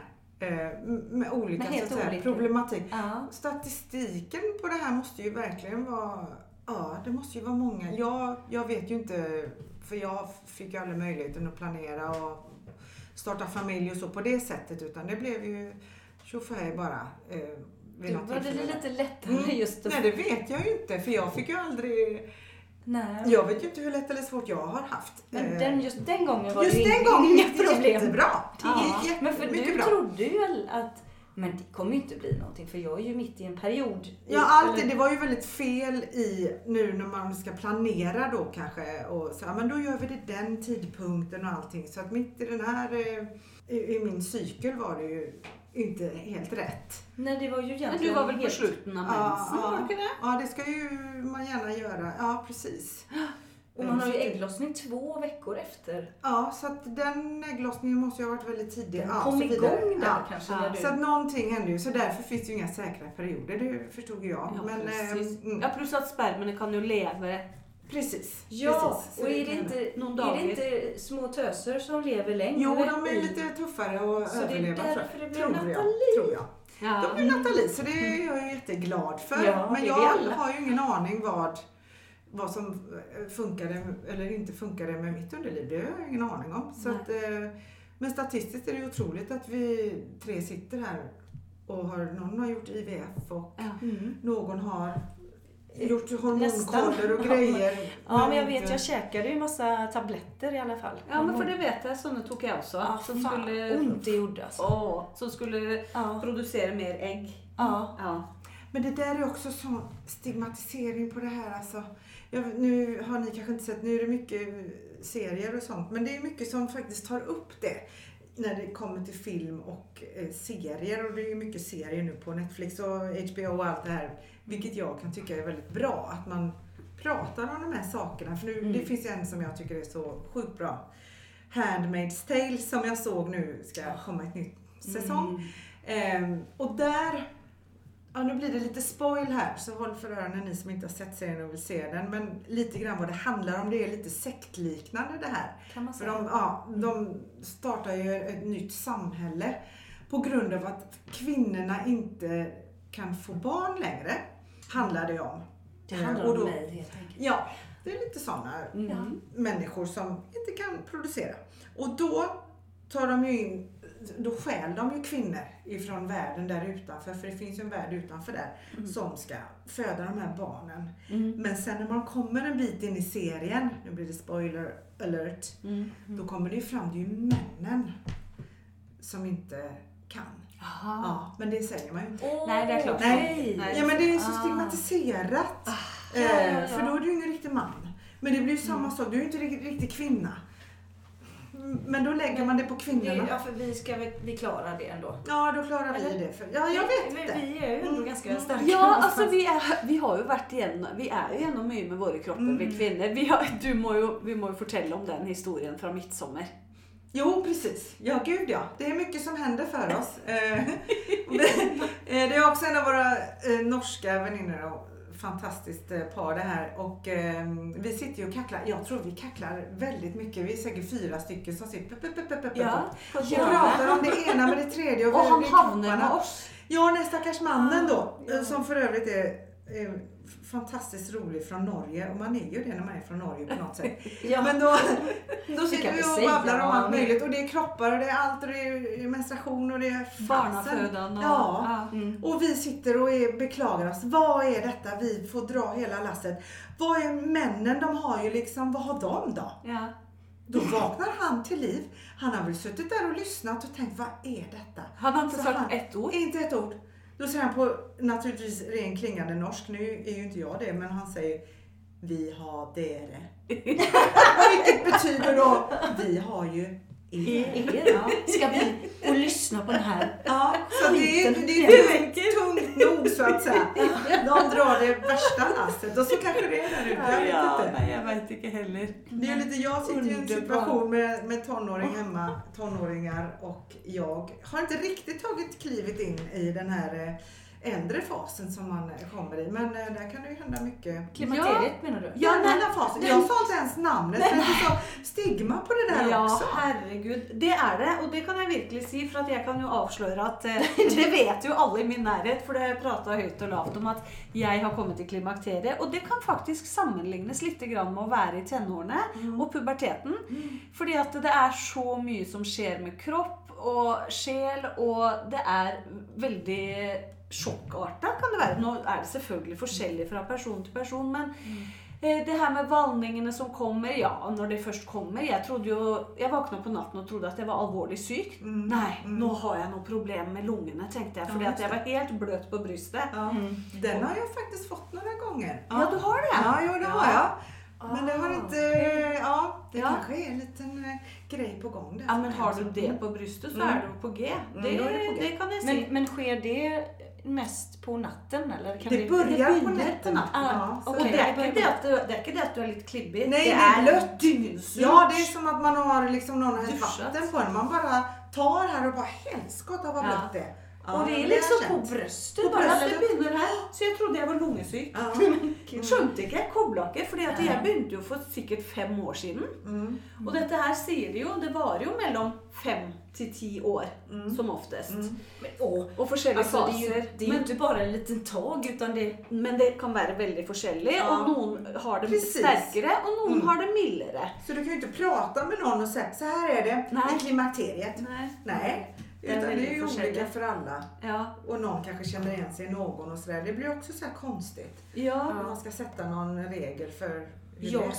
Med olika, så att säga, problematik. Ja. Statistiken på det här måste ju verkligen vara... Ja, det måste ju vara många. Jag vet ju inte, för jag fick ju aldrig möjligheten att planera och starta familj och så på det sättet, utan det blev ju tjofahej bara. Då var det lite lättare just Nej, det vet jag ju inte, för jag fick ju aldrig... Nej. Jag vet ju inte hur lätt eller svårt jag har haft. Men just den gången var det inga problem. Jättebra. Men för du trodde ju att men det kommer ju inte bli någonting, för jag är ju mitt i en period. Det var ju väldigt fel i nu när man ska planera då kanske, och så, men då gör vi det den tidpunkten och allting. Så att mitt i den här, i min cykel var det ju inte helt rätt. Nej, det var ju egentligen... Men du var väl på sluten av mensen? Ja, det ska ju man gärna göra. Ja, precis. Och man har ju ägglossning 2 veckor efter. Ja, så att den ägglossningen måste ju ha varit väldigt tidig. Kom igång där kanske. Ja. Så att någonting hände ju. Så därför finns det ju inga säkra perioder. Det förstod jag. Ja, men, plus att spermierna kan ju leva. Precis. Ja, precis. Och är det inte små töser som lever längre? Jo, de är lite tuffare att överleva. Så det är därför det blir Nathalie. Tror jag. Ja. De blir Nathalie, så det är jag jätteglad för. Ja, men jag har ju ingen aning vad som funkade eller inte funkade med mitt underliv. Det har jag ingen aning om. Så att, men statistiskt är det otroligt att vi 3 sitter här och någon har gjort IVF och någon har gjort hormonkoller och grejer. Ja, men jag vet, jag käkade ju en massa tabletter i alla fall. Ja, men för det vet jag, sådana tog jag också. Ja, som skulle ont det gjorde alltså. Som skulle producera mer ägg. Ja. Men det där är också sån stigmatisering på det här alltså. Nu har ni kanske inte sett, nu är det mycket serier och sånt, men det är mycket som faktiskt tar upp det när det kommer till film och serier, och det är ju mycket serier nu på Netflix och HBO och allt det här, vilket jag kan tycka är väldigt bra att man pratar om de här sakerna, för nu det finns en som jag tycker är så sjukt bra, Handmaid's Tale, som jag såg nu ska komma ett nytt säsong. Och där, nu blir det lite spoil här, så håll för öronen ni som inte har sett serien och vill se den, men lite grann vad det handlar om, det är lite sektliknande det här. Kan man säga. För de startar ju ett nytt samhälle på grund av att kvinnorna inte kan få barn längre, handlar det om. Det handlar om mig helt enkelt. Ja, det är lite sådana människor som inte kan producera. Och då tar de ju in, då stjäl de ju kvinnor ifrån världen där utanför, för det finns ju en värld utanför där som ska föda de här barnen. Men sen när man kommer en bit in i serien, nu blir det spoiler alert, då kommer det ju fram, det är ju männen som inte kan. Ja, men det säger man ju inte. Nej, det är klart. Nej. Ja, men det är så stigmatiserat. För då är du ju ingen riktig man. Men det blir ju samma sak, du är ju inte riktigt kvinna. Men då lägger man det på kvinnorna. Ja, för vi klarar det ändå. Ja, då klarar vi det. Ja, jag vet inte. Vi är ju ändå ganska starka. Ja, alltså vi har ju varit igenom, vi är ju igenom mycket med våra kroppar, vi kvinnor. Vi må ju fortälla om den historien från midsommar. Jo, precis. Ja, gud ja. Det är mycket som händer för oss. Det är också en av våra norska vänner och fantastiskt par det här. Och vi sitter ju och kacklar. Jag tror vi kacklar väldigt mycket. Vi är säkert 4 stycken som sitter och pratar om det ena med det tredje. Och han havnar med oss. Ja, den stackars mannen då. Som för övrigt är fantastiskt rolig från Norge. Och man är ju det när man är från Norge på något sätt. Men då sitter vi och babblar om allt möjligt. Och det är kroppar och det är allt. Och det är menstruation och det är barnafödan. Ja. Och vi sitter och beklagar oss. Vad är detta? Vi får dra hela lasset. Vad är männen? De har ju liksom, vad har de då? Ja. Då vaknar han till liv. Han har väl suttit där och lyssnat och tänkt, vad är detta? Han har inte Så sagt ett ord. Inte ett ord. Då säger han på naturligtvis ren klingande norsk. Nu är ju inte jag det, men han säger, vi har dere. Vilket betyder då, vi har ju er. Ska vi och lyssna på den här? Ja, så det är tungt nog så att säga. De drar det värsta lasset och så kanske det är där ute. Jag vet inte. Nej, jag vet inte heller. Det är lite, jag sitter i en situation med tonåring hemma, tonåringar, och jag har inte riktigt tagit klivet in i den här äldre fasen som man kommer i, men där kan det ju hända mycket. Klimakteriet menar du? Ja, den här fasen. Jag sa inte ens namnet, men det är så stigma på det där också. Ja, herregud. Det är det, och det kan jag verkligen säga, för att jag kan ju avslöja att det vet ju alla i min närhet, för det har jag pratat högt och lavt om, att jag har kommit till klimakteriet, och det kan faktiskt sammanlignas lite grann med att vara i tenårene och puberteten, för att det är så mycket som sker med kropp och själ, och det är väldigt chockartat kan det vara. Nu är det selvfølgelig forskjellig från person till person, men det här med vallningarna som kommer, ja, när det först kommer, jag vaknade på natten och trodde att jag var allvarligt sjuk. Nej, nu har jag nog problem med lungorna, tänkte jag, för att jag var helt blöt på bröstet. Den har jag faktiskt fått några gånger. Ja, du har det? Ja, jo, det har jag. Men det har inte, det kanske är en liten grej på gång där. Ja, men har du det på bröstet så är du på G. Det kan jag säga. Men sker det mest på natten, eller? Kan det börjar på nätterna. Och det är inte det att du är lite klibbig. Nej, det är blött. Dyngsurt. Ja, det är som att man har liksom någon har vatten på den. Man bara tar här och bara helskott av vad blött det. Ja, och det är liksom på bröstet bara, det börjar här. Så jag trodde jag var lungesyk. Skönte inte, jag koblade, för jag började ju för säkert 5 år sedan. Och detta här ser ju, det var ju mellan 5 till 10 år som oftast. Och forskjellige faser. Det är ju inte bara en liten tag, utan men det kan vara väldigt forskjellig, och någon har det starkare och någon har det mildare. Så du kan ju inte prata med någon och säga, så här är det i klimakteriet. Nej. Utan det är ju olika för alla. Ja. Och någon kanske känner igen sig i någon och sådär. Det blir också så här konstigt. Ja. Om man ska sätta någon regel för hur jag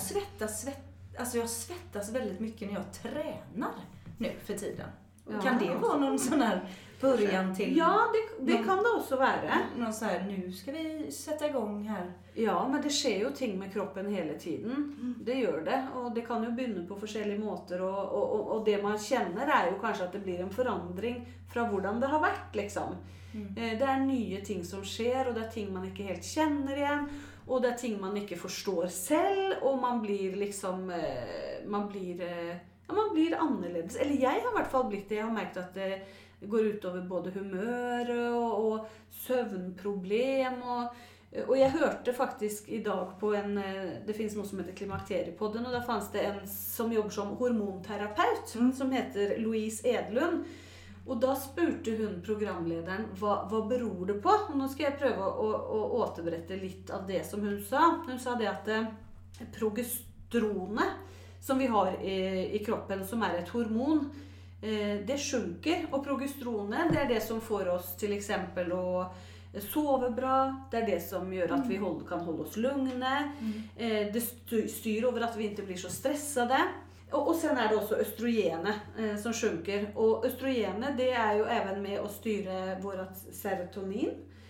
svettas väldigt mycket när jag tränar nu för tiden. Ja. Kan det vara någon sån här början till? Ja, det kan det också vara. Någon så här, nu ska vi sätta igång här. Ja, men det sker ju ting med kroppen hela tiden. Det gör det. Och det kan ju börja på olika måter. Och det man känner är ju kanske att det blir en förändring från hur det har varit. Liksom. Det är nya ting som sker, och det är ting man inte helt känner igen. Och det är ting man inte förstår själv. Och man blir liksom... Man blir annorlunda. Eller jag har i alla fall blivit det. Jag har märkt att det går ut över både humör och sömnproblem. Och jag hörde faktiskt idag på det finns något som heter Klimakteriepodden, och där fanns det en som jobbar som hormonterapeut som heter Louise Edlund. Och då spurte hon programledaren, vad beror det på? Och nu ska jag pröva att återberätta lite av det som hon sa. Hon sa det att progesteronet som vi har i kroppen, som är ett hormon, det sjunker. Och progesteronet, det är det som får oss till exempel att sova bra. Det är det som gör att vi kan hålla oss lugna. Det styr över att vi inte blir så stressade. Och sen är det också östrogenet som sjunker. Och östrogenet, det är ju även med att styra vårt serotonin.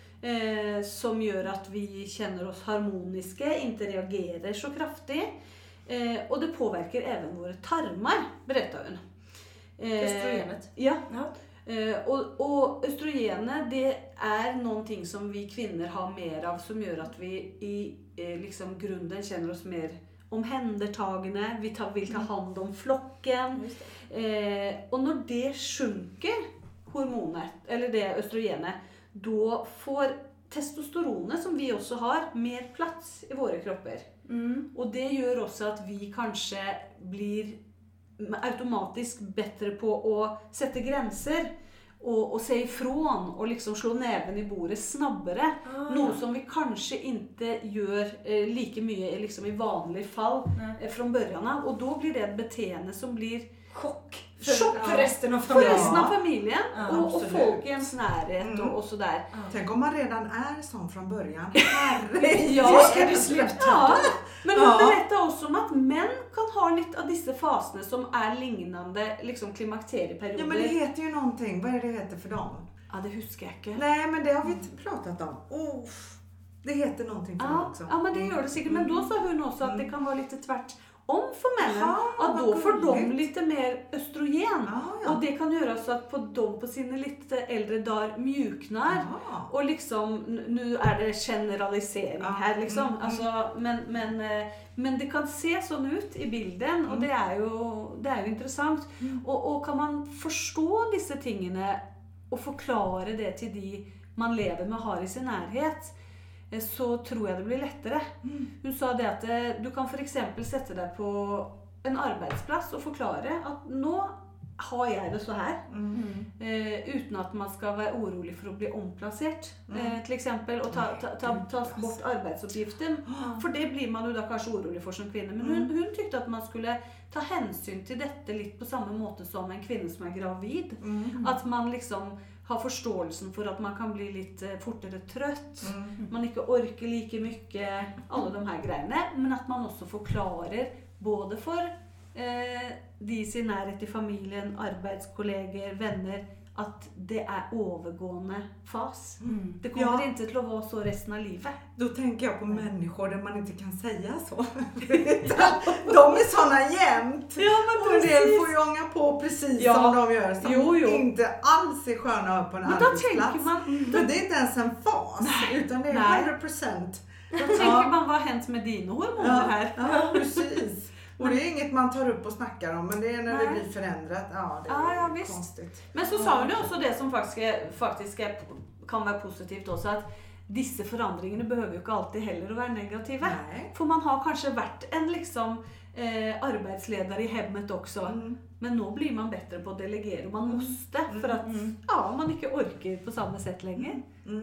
Som gör att vi känner oss harmoniska, inte reagerar så kraftigt. Och det påverkar även våra tarmar, berättar hon. Östrogenet? Ja. Och östrogenet, det är någonting som vi kvinnor har mer av, som gör att vi i liksom grunden känner oss mer omhändertagna. Vi vill ta hand om flocken. Och när det sjunker, hormonet, eller det östrogenet, då får testosteronet, som vi också har, mer plats i våra kroppar. Och det gör också att vi kanske blir automatiskt bättre på att sätta gränser och säga ifrån och liksom slå näven i bordet snabbare. Något som vi kanske inte gör lika mycket liksom i vanliga fall från början av. Och då blir det ett beteende som blir chock för resten av familjen. Och folk i ens närhet och sådär. Tänk om man redan är sån från början. Ja, ska du sluta? Men hon berättade också om att män kan ha lite av dessa faserna som är liknande liksom klimakterieperioder. Ja, men det heter ju någonting. Vad är det heter för dem? Ja, det huskar jag inte. Nej, men det har vi inte pratat om. Det heter någonting för dem också. Ja, men det gör det säkert. Men då sa hon också att det kan vara lite tvärt om för männen. Att då vad får de gulligt. lite mer östrogen. Ja. Och det kan göra så att på sina lite äldre dagar mjuknar. Och liksom, nu är det generalisering här liksom. Alltså, men det kan se sån ut i bilden. Och det är ju intressant. Och kan man förstå dessa tingene och förklara det till de man lever med har i sin närhet, så tror jag det blir lättare. Hon sa det att du kan för exempel sätta dig på en arbetsplats och förklara att nu har jag det så här. Utan att man ska vara orolig för att bli omplacerad. Till exempel och ta bort arbetsuppgiften. För det blir man ju då kanske orolig för som kvinna. Men hon tyckte att man skulle ta hänsyn till detta lite på samma måte som en kvinna som är gravid. Att man liksom har förståelsen för att man kan bli lite fortare trött. Man inte orkar lika mycket. Alla de här grejerna. Men att man också förklarar både för de i sin närhet i familjen, arbetskollegor, vänner, att det är övergående fas. Det kommer inte till att vara så resten av livet. Då tänker jag på människor där man inte kan säga så. De är såna jämt. Och en del får ju ånga på precis som de gör. Som inte alls är sköna på en arbetsplats. Men det är inte ens en fas. Utan det är 100%. Då tänker man, vad har hänt med dina hormoner här? Ja, precis. Och det är inget man tar upp och snackar om, men det är när det blir förändrat. Ja, det är konstigt. Men så sa du också det som faktiskt kan vara positivt också, att dessa förändringarna behöver ju inte alltid heller vara negativa. Nej. För man har kanske varit en liksom arbetsledare i hemmet också. Men nu blir man bättre på att delegera. Man måste för att man inte orkar på samma sätt längre.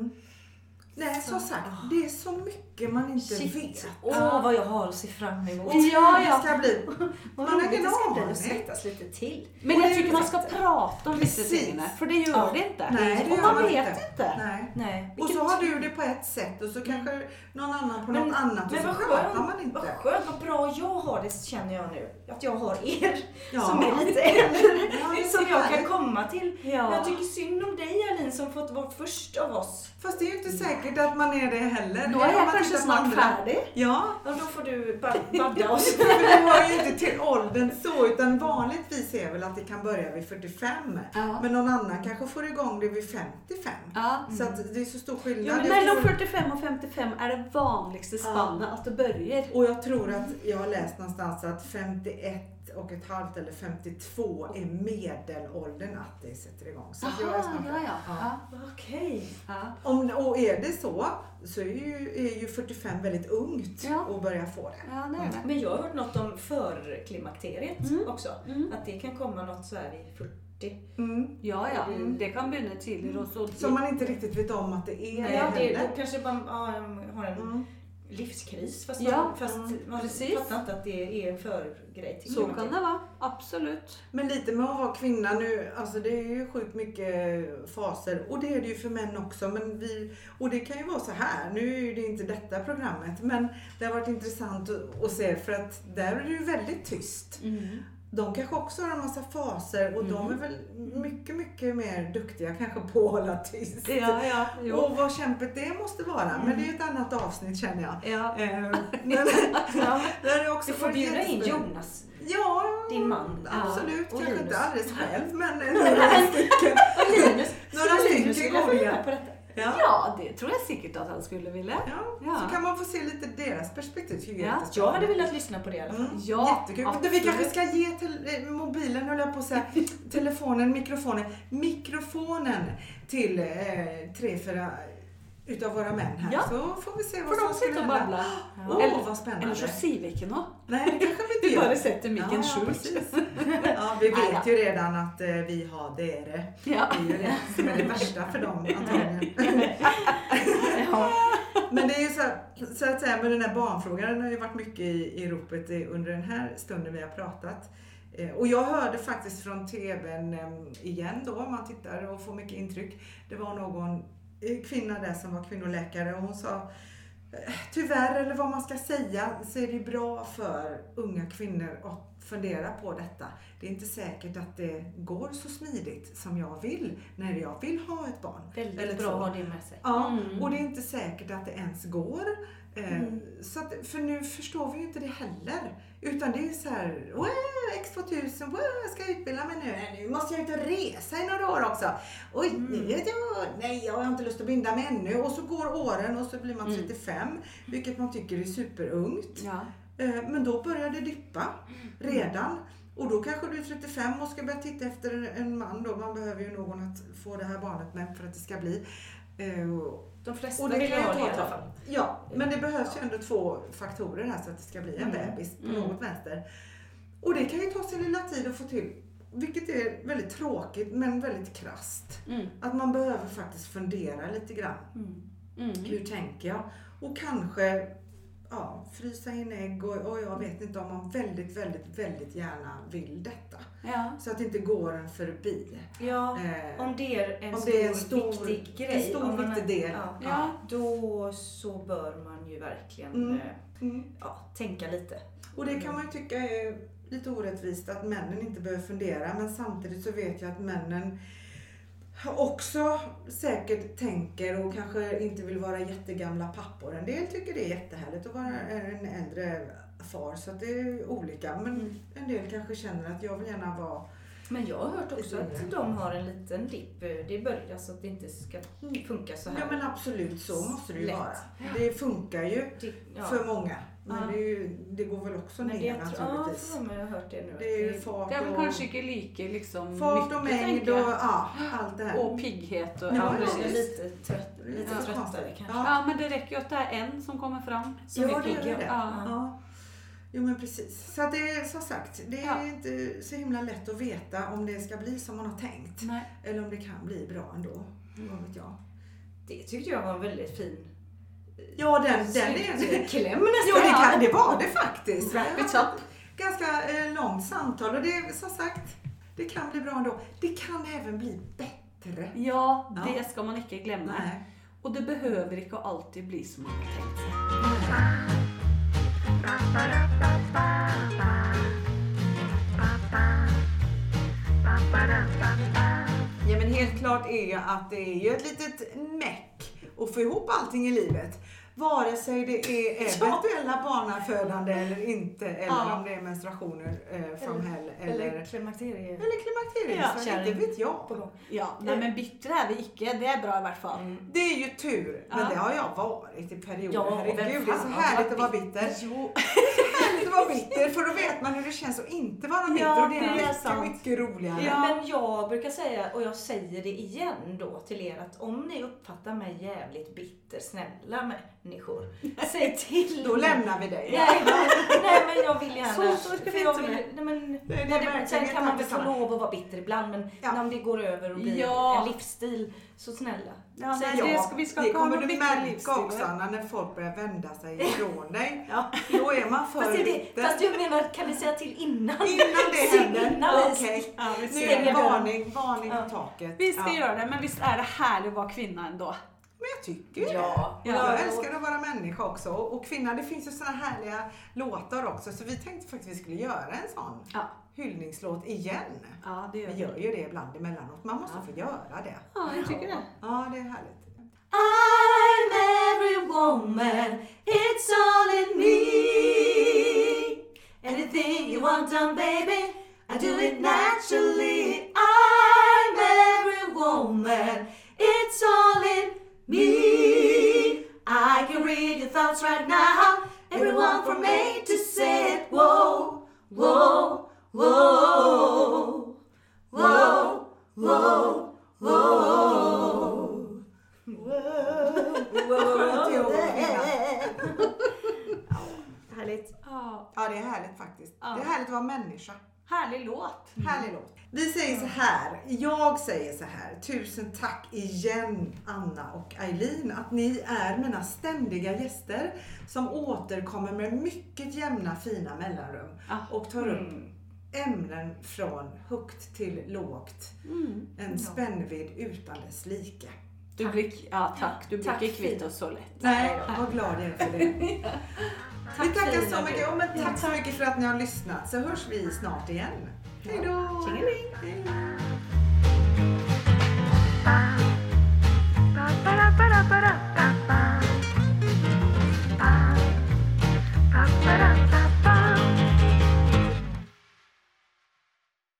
Nej, som sagt, det är så mycket man inte vet. Vad jag har att se fram emot. Det ska bli. Man har ingen aning. Svettas lite till. Men jag tycker man ska prata om vissa ting, för det gör det inte. Nej, det och gör man man vet inte. Nej. Och så har du det på ett sätt och så kanske någon annan på något annat. Men och så vad pratar man inte. Vad skönt, vad bra jag har det, känner jag nu. Att jag har er som är lite äldre. Som jag kan komma till. Jag tycker synd om dig, Alin, som fått vara först av oss. Fast det är ju inte säkert att man är det heller. Då är jag kanske snart färdig. Ja. Och då får du badda oss. För det var ju inte till åldern så, utan vanligtvis är väl att det kan börja vid 45. Men någon annan kanske får igång det vid 55. Så att det är så stor skillnad. Jo, mellan 45 och 55 är det vanligaste spannet att det börjar. Och jag tror att jag har läst någonstans att 51,5 eller 52 är medelåldern att det sätter igång. Så jag är snart Okej. Och är det så är ju 45 väldigt ungt att börja få det. Men jag har hört något om förklimakteriet också. Att det kan komma något så här vid 40. Det kan börja tidigare och så. Som man inte riktigt vet om att det är. Då kanske man har en livskris fast man fattar inte att det är en förgrej till. Så kan det vara, absolut. Men lite med att vara kvinna nu, alltså det är ju sjukt mycket faser och det är det ju för män också, men och det kan ju vara så här, nu är ju det inte detta programmet, men det har varit intressant att se för att där är det ju väldigt tyst. De kanske också har en massa faser och de är väl mycket, mycket mer duktiga kanske på att hålla tyst. Och vad kämpigt det måste vara. Men det är ju ett annat avsnitt känner jag. Där är också du får bjuda in Jonas. Ja, din man. Absolut. Och kanske Linus. inte alldeles själv, men några stycken. Några stycken roliga på detta. Ja, det tror jag säkert att han skulle vilja. Så kan man få se lite deras perspektiv. Jag hade velat lyssna på det i alla fall. Jättekul. Absolut. Vi kanske ska ge mobilen, höll jag på att säga, mikrofonen till 3-4 utav våra män här. Så får vi se vad som skulle hända. Vad spännande. Eller så ser vi inte något. Nej, det kanske vi inte Vi gör. bara sätter micken skjult. Vi vet ju redan att vi har det. Det är ju det som är det värsta för dem antagligen. Men det är ju så att säga med den här barnfrågan, den har ju varit mycket i ropet under den här stunden vi har pratat. Och jag hörde faktiskt från tvn igen då, man tittar och får mycket intryck. Det var någon kvinna där som var kvinnoläkare och hon sa tyvärr, eller vad man ska säga, så är det bra för unga kvinnor att fundera på detta. Det är inte säkert att det går så smidigt som jag vill när jag vill ha ett barn. Väldigt eller bra två. att ha det med sig. Ja, och det är inte säkert att det ens går. Så att, för nu förstår vi ju inte det heller. Utan det är så här, X2000, jag ska utbilda mig nu måste jag ut och resa i några år också. Oj, nej, jag har inte lust att binda mig ännu. Och så går åren och så blir man 35, vilket man tycker är superungt. Ja. Men då börjar det dippa redan. Och då kanske du är 35 och ska börja titta efter en man då. Man behöver ju någon att få det här barnet med för att det ska bli. De flesta Och det vill kan ha ju det i ta alla ett fall. tag. Ja, men det behövs ju ändå 2 faktorer här så att det ska bli en bebis på något vänster. Och det kan ju ta sin lilla tid att få till. Vilket är väldigt tråkigt men väldigt krasst. Att man behöver faktiskt fundera lite grann. Hur tänker jag? Och kanske frysa in ägg och jag vet inte om man väldigt, väldigt, väldigt gärna vill detta. Ja. Så att det inte går en förbi. Ja, om det är en viktig grej. En stor viktig del. Ja, då så bör man ju verkligen tänka lite. Och det kan man ju tycka är lite orättvist att männen inte behöver fundera. Men samtidigt så vet jag att männen också säkert tänker och kanske inte vill vara jättegamla pappor. En del tycker det är jättehärligt att vara en äldre far, så att det är olika. Men en del kanske känner att jag vill gärna vara... Men jag har hört också att de har en liten dipp. Det börjar så att det inte ska funka så här. Ja, men absolut, så måste det ju lätt vara. Det funkar ju för många. Men det går väl också ner naturligtvis. Ja, jag har hört det nu. Det är ju fart Det är väl och... kanske inte lika liksom fart och mängd och allt det här. Och pigghet och Ja, precis. Lite tröttare kanske. Ja, men det räcker ju att det är en som kommer fram. Som är pigg. det. Ja. Jo, men precis. Så att det är så sagt, det är inte så himla lätt att veta om det ska bli som man har tänkt. Nej. Eller om det kan bli bra ändå. Vad vet jag. Det tyckte jag var en väldigt fin Ja, den är... kläm nästan. Jo, det var det faktiskt. Wrap it up. Ganska långt samtal och det som sagt, det kan bli bra ändå. Det kan även bli bättre. Ja, det ska man inte glömma. Nej. Och det behöver inte alltid bli som man har tänkt sig. Ja, men helt klart är ju att det är ju ett litet meck att få ihop allting i livet. Vare sig det är eventuella barnafödande eller inte, eller om det är menstruationer från hell eller klimakterie. Så inte vet jag. Ja, nej, men bittra är vi icke. Det är bra i alla fall. Det är ju tur, men det har jag varit i perioder. Ja, herregud, det är så härligt att vara bitter. Jo. Härligt att vara bitter, för då vet man hur det känns att inte vara bitter. Ja, och det är mycket, sant. mycket roligare. Ja. Men jag brukar säga, och jag säger det igen då till er, att om ni uppfattar mig jävligt bitter, snälla människor, säg till. Då lämnar vi dig. Nej, men jag vill gärna. Så ska vi för jag inte vill, nej, men, det är när det, verkligen sen kan man väl få samma. lov att vara bitter ibland, men om det går över och blir en livsstil, så snälla. Ja, Säg men ja. vi ska det ha kommer någon du bitter märka livsstil. också, Anna, när folk börjar vända sig ifrån dig. Då är man för bitter. Fast jag menar, kan vi säga till innan? Innan det händer. Innan vi- Okej. Ja, vi Nu ser är det det. varning på taket. Vi ska göra det, men visst är det härligt att vara kvinna ändå. Men jag tycker ju Ja. det. Jag älskar att vara människa också. Och kvinna, det finns ju såna härliga låtar också. Så vi tänkte faktiskt att vi skulle göra en sån hyllningslåt igen. Ja, det gör Vi gör ju det ibland emellanåt. Man måste få göra det. Ja, jag tycker det. Ja, det är härligt. I'm every woman, it's all in me. Anything you want done, baby, I do it naturally. I'm every woman, it's all in me. I can read your thoughts right now, everyone from A to Z. Whoa, whoa, whoa, whoa, whoa, whoa. Härligt. Ja, det är härligt faktiskt. Det är härligt att vara människa. Härlig låt. Härlig låt. Vi säger så här. Jag säger så här. Tusen tack igen, Anna och Eileen, att ni är mina ständiga gäster som återkommer med mycket jämna fina mellanrum och tar upp ämnen från högt till lågt. En spännvidd utan dess like. Tack. Du blir inte kvitt oss så lätt. Nej, vad glad jag är för det. Vi tackar så mycket. Tack så mycket för att ni har lyssnat. Så hörs vi snart igen. Hej då! Tjingeling! Hej.